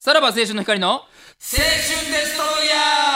さらば青春の光の青春デストロイヤ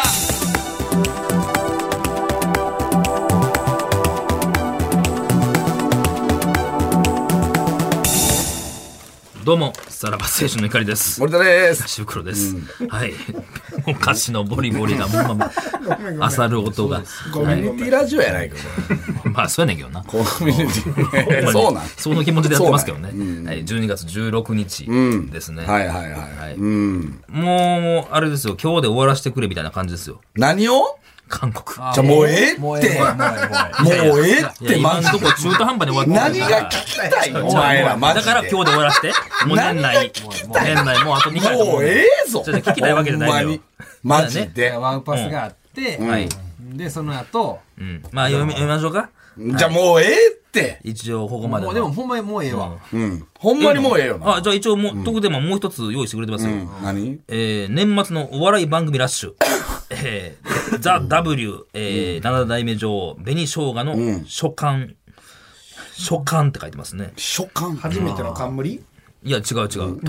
ー。どうもさらば青春の光です。 森田です。 シブクロです、はい。お菓子のボリボリがあさる音がコミュニティラジオやないか。 まあそうやねんけどな。 コミュニティそうなん。 その気持ちでやってますけどね。はい、12月16日ですね。 はいはいはい。 もうあれですよ。今日で終わらせてくれみたいな感じですよ。 何を？ 韓国。 じゃもうええって。もうええって。 今んとこ中途半端に終わって何が聞きたいのお前らマジで。 だから今日で終わらせて。もう年内もうあと2回。 もうええぞ。 聞きたいわけじゃないよ。 マジで。 ワンパスがあって、でその後、 まあ読みましょうか。 じゃあもうええって。 一応ここまで。 でもほんまにもうええわ。 ほんまにもうええよな。 じゃあ一応特でももう一つ用意してくれてますよ。 何？ 年末のお笑い番組ラッシュ。ザ・ W、7代目女王紅生姜の書簡って書いてますね。 書簡初めての冠？ いや違う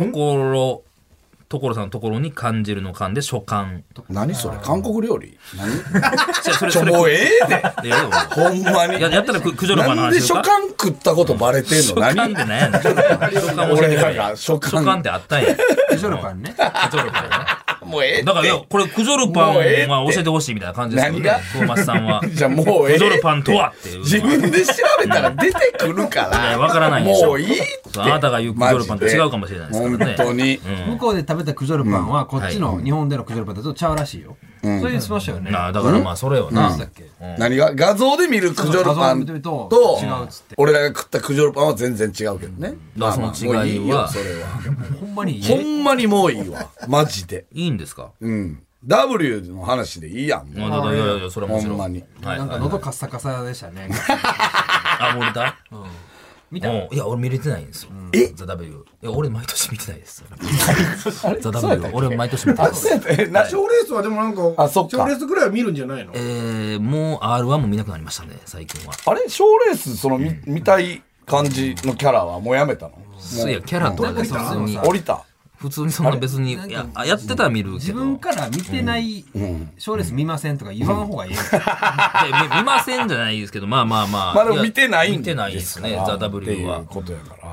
所さんのところに感じるの感で書簡。 何それ韓国料理？何？ それもうええで。ほんまに。 やったらクジョルパンの話ですか？ なんで書簡食ったことバレてんの？何？ 書簡って何やねん。俺が書簡ってあったんや。 クジョルパンね。 クジョルパンね。 もうええだからこれクジョルパンは教えてほしいみたいな感じですよね。何が？トーマスさんは。 じゃあもうええ。 クジョルパンとはっていう。 自分で調べたら出てくるから。 いやわからないでしょ。 もういいって。 あなたが言うクジョルパンと違うかもしれないですからね。 本当に。 向こうで食べたクジョルパンはこっちの日本でのクジョルパンだとちゃうらしいよ。それにしましたよね。 だからまあそれよな。 何が画像で見るクジョルパンと違うっつって。 俺らが食ったクジョルパンは全然違うけどね。 だからその違いはそれはほんまにほんまにもういいわマジで。 いいんですか？ W の話でいいやん。 いやそれはもちろん。 ほんまに。 なんか喉カッサカサでしたね。 森田？見た？いや俺見れてないんですよ。ザ・ W。いや俺毎年見てないです。ザ・ W。俺毎年見てないです。 賞レースはでもなんか賞レースぐらいは見るんじゃないの？ もう R1 も見なくなりましたね最近は。 あれ賞レースその見たい感じのキャラはもうやめたの？ いやキャラとか普通に降りた。 普通にそんな別にやってたら見るけど自分から見てない賞レース見ませんとか言わん方がいい。 見ませんじゃないですけどまあまだ見てないんですか？ 見てないですねザ・ W は。 っていうことやから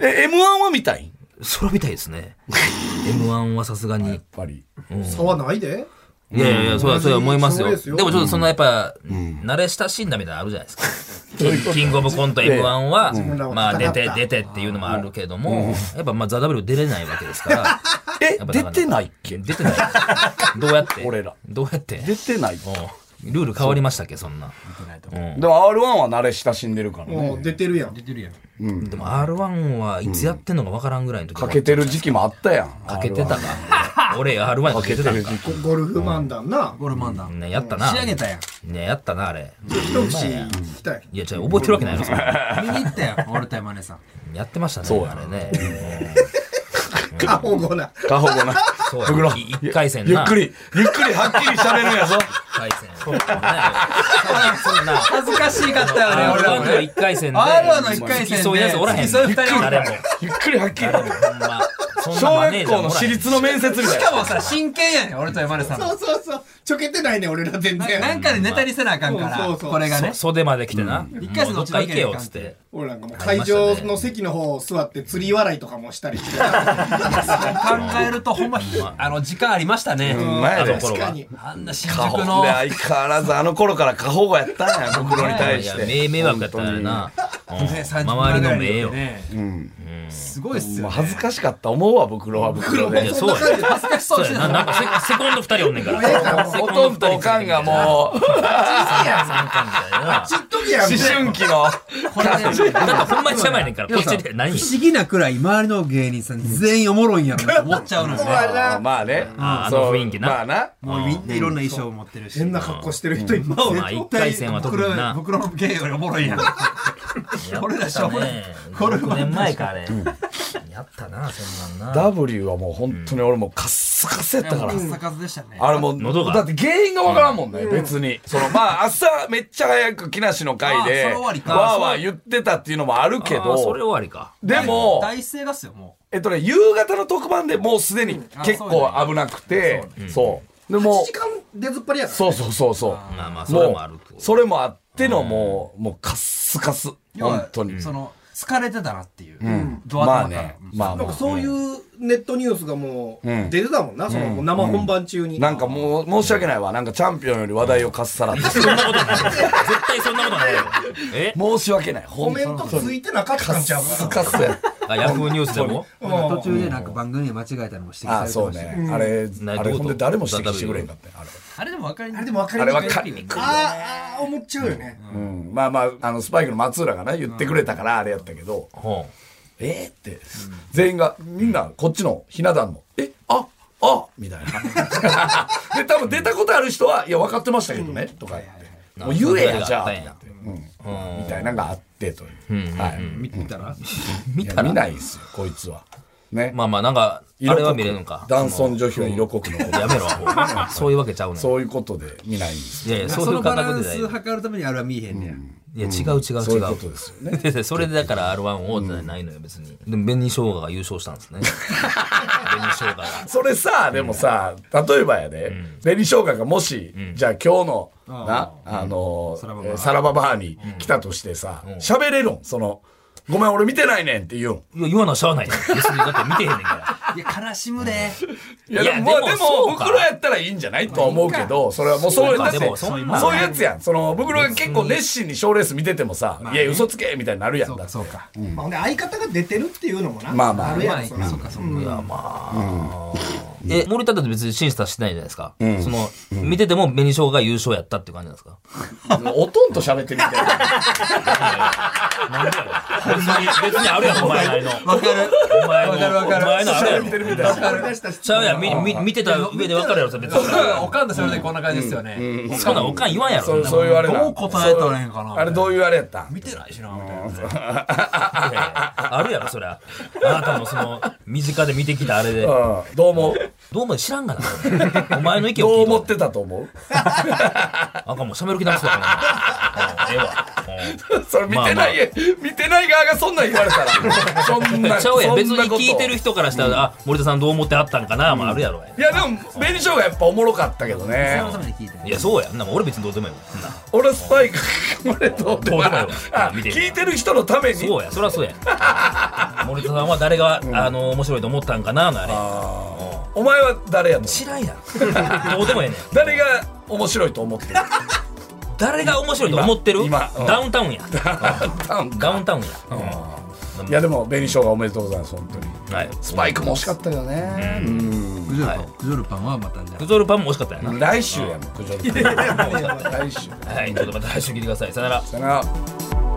。M1 は見たい？ それは見たいですね。M1 はさすがにやっぱり差はないで。 いやそうは思いますよ。でもちょっとそのやっぱ慣れ親しんだみたいなのあるじゃないですか。キングオブコント M1 はまあ出てっていうのもあるけどもやっぱまあザ・ W 出れないわけですから。 出てないっけ？ 出てない。どうやって俺らどうやって出てない。 ルール変わりましたっけそんな。 でも R1 は慣れ親しんでるからね。 出てるやん。 でも R1 はいつやってんのかわからんぐらいの時かけてる時期もあったやん。 かけてたか。俺 R1 かけてたんか。 ゴルフ漫談な。 ゴルフ漫談ねやったな。 仕上げたやん。 ねやったなあれ。 一節聞きたい。 いやじゃあ覚えてるわけないのそれ。 見に行ったやん俺と山根さん。 やってましたねあれね。 過保護な。 そうや。一回戦な。 ゆっくりはっきり喋るんやぞ。 一回戦。そんな恥ずかしかったよね俺らもね。 R1 の一回戦で。 R1 の一回戦で。 そういうやつおらへん。 そういう二人誰も。 ゆっくりはっきり。 ほんま。 小学校の私立の面接みたいな。 しかもさ真剣やねん俺と山根さん。 そうちょけてないね俺ら全然。 なんかでネタにせなあかんからこれがね。 袖まで来てな。 一回戦どっか行けよっつって。 俺なんかもう会場の席の方座って釣り笑いとかもしたりして。考えるとほんま時間ありましたね。 確かに。 あんな新宿の。 で相変わらずあの頃から過保護やったんや袋に対して。 迷惑やったんやな。周りの名よ。 すごいっすよ。 恥ずかしかった思うわ袋は袋で。 そうや。恥ずかしそうやな。なんかセコンド2人おんねんから。 おとんとおかんがもう。 ちっときやん。 思春期の。 だってほんまに狭いねんから。こっちで何？ 不思議なくらい周りの芸人さん全員おもろいんやろなと思っちゃうのよね。 まあね。 あの雰囲気な。 まあな。 もうみんないろんな衣装を持ってるし。 変な格好してる人いっぱいおる。 まあ一回戦は特にな。 袋の芸よりおもろいやん。俺らしょうもない。 6年前かあれ。やったなそんなんな。 W はもう本当に俺もカッスカスやったから。 カッサカスでしたね。 あれもうだって原因がわからんもんね別に。そのまあ朝めっちゃ早く木梨の会でわーわー言ってたっていうのもあるけど。 それ終わりか。 でも大声がっすよもう。 夕方の特番でもうすでに結構危なくて、そうでも 1時間出ずっぱりやからそうまあそれもある。 それもあってのもうカッスカス本当にその疲れてたなっていう、 まあね、 なんかそういうネットニュースがもう出てたもんな、その生本番中に。 なんかもう申し訳ないわ、なんかチャンピオンより話題をかっさらってそんなことない。絶対そんなことないよ。 申し訳ない。 コメントついてなかったんちゃうかな。 スカスや。 ヤフーニュースでも途中でなんか番組間違えたのも指摘されてましたそうね。あれほんで誰も指摘してくれんかったよ。 あれでも分かりにくい。 あれ分かりにくい。 思っちゃうよね。 まあスパイクの松浦がね言ってくれたからあれやったけど、って全員がみんなこっちのひな壇のみたいな。で多分出たことある人はいや分かってましたけどねとか言ってもう言えやじゃあみたいなのがあってという。はい。 見たら見ないですよこいつは。ね。 まあなんかあれは見れるのか。 男尊女卑は色濃くのこと。 やめろ。そういうわけちゃうね。 そういうことで見ないんです。 いやいやそういうそのバラン感覚でない。 ス測るためにあれは見えへんねや。 いや違う。 そういうことですよね。 それでだから R1 王じゃないのよ別に。でも紅生姜が優勝したんですね。紅生姜が。 それさでもさ例えばやで紅生姜がもしじゃあ今日のなさらばバーに来たとしてさ喋れるんその。ごめん俺見てないねんって言うん。 いや言わなしゃあないよ。別にだって見てへんねんから。 いや悲しむで。 いやでも袋やったらいいんじゃないとは思うけどそれはもうそういうだってそういうやつやん。その袋が結構熱心に賞レース見ててもさいや嘘つけみたいになるやんだって。 そうか。 まあ相方が出てるっていうのもな。 まああるやん。 そうか。 いやまあ。森田だって別に審査してないじゃないですか。その見てても紅生姜が優勝やったっていう感じなんですか。 おとんと喋ってみたいな。 なんでやろ。別にあるやんお前なりの。わかる。お前のあるやろ。ちゃうやん見てた上でわかるやろ別に。 おかんとそれでこんな感じですよね。 そんなおかん言わんやろ。 そういうあれな。 どう答えたらいいんかな。 あれどういうあれやった見てないしなみたいな。 あるやろそりゃ。あなたのその身近で見てきたあれで。 どう思うどうも知らんがな。お前の意見どうを聞い思ってたと思うあかんもう喋る気なくそうやな。ええわ。 それ見てない側がそんなん言われたらそんなちゃうやん別に聞いてる人からしたら森田さんどう思ってあったんかなあるやろ。 いやでも紅生姜やっぱおもろかったけどね。 いやそうやんな俺別にどうでもいいもん。 俺スパイク俺どうでもいい聞いてる人のためにそうやそりゃそうや森田さんは誰が面白いと思ったんかなあれ。 お前は誰やと知らんやん。どうでもええねん。 誰が面白いと思ってる誰が面白いと思ってる今ダウンタウンや。ダウンタウンや。 いやでも紅生姜おめでとうございます本当に。 はい。 スパイクも惜しかったよね。 クジョルパンはまたじゃあ。 クジョルパンも惜しかったやな。 来週やもんクジョルパン。来週。 はいちょっとまた来週聞いてください。さよなら。 さよなら。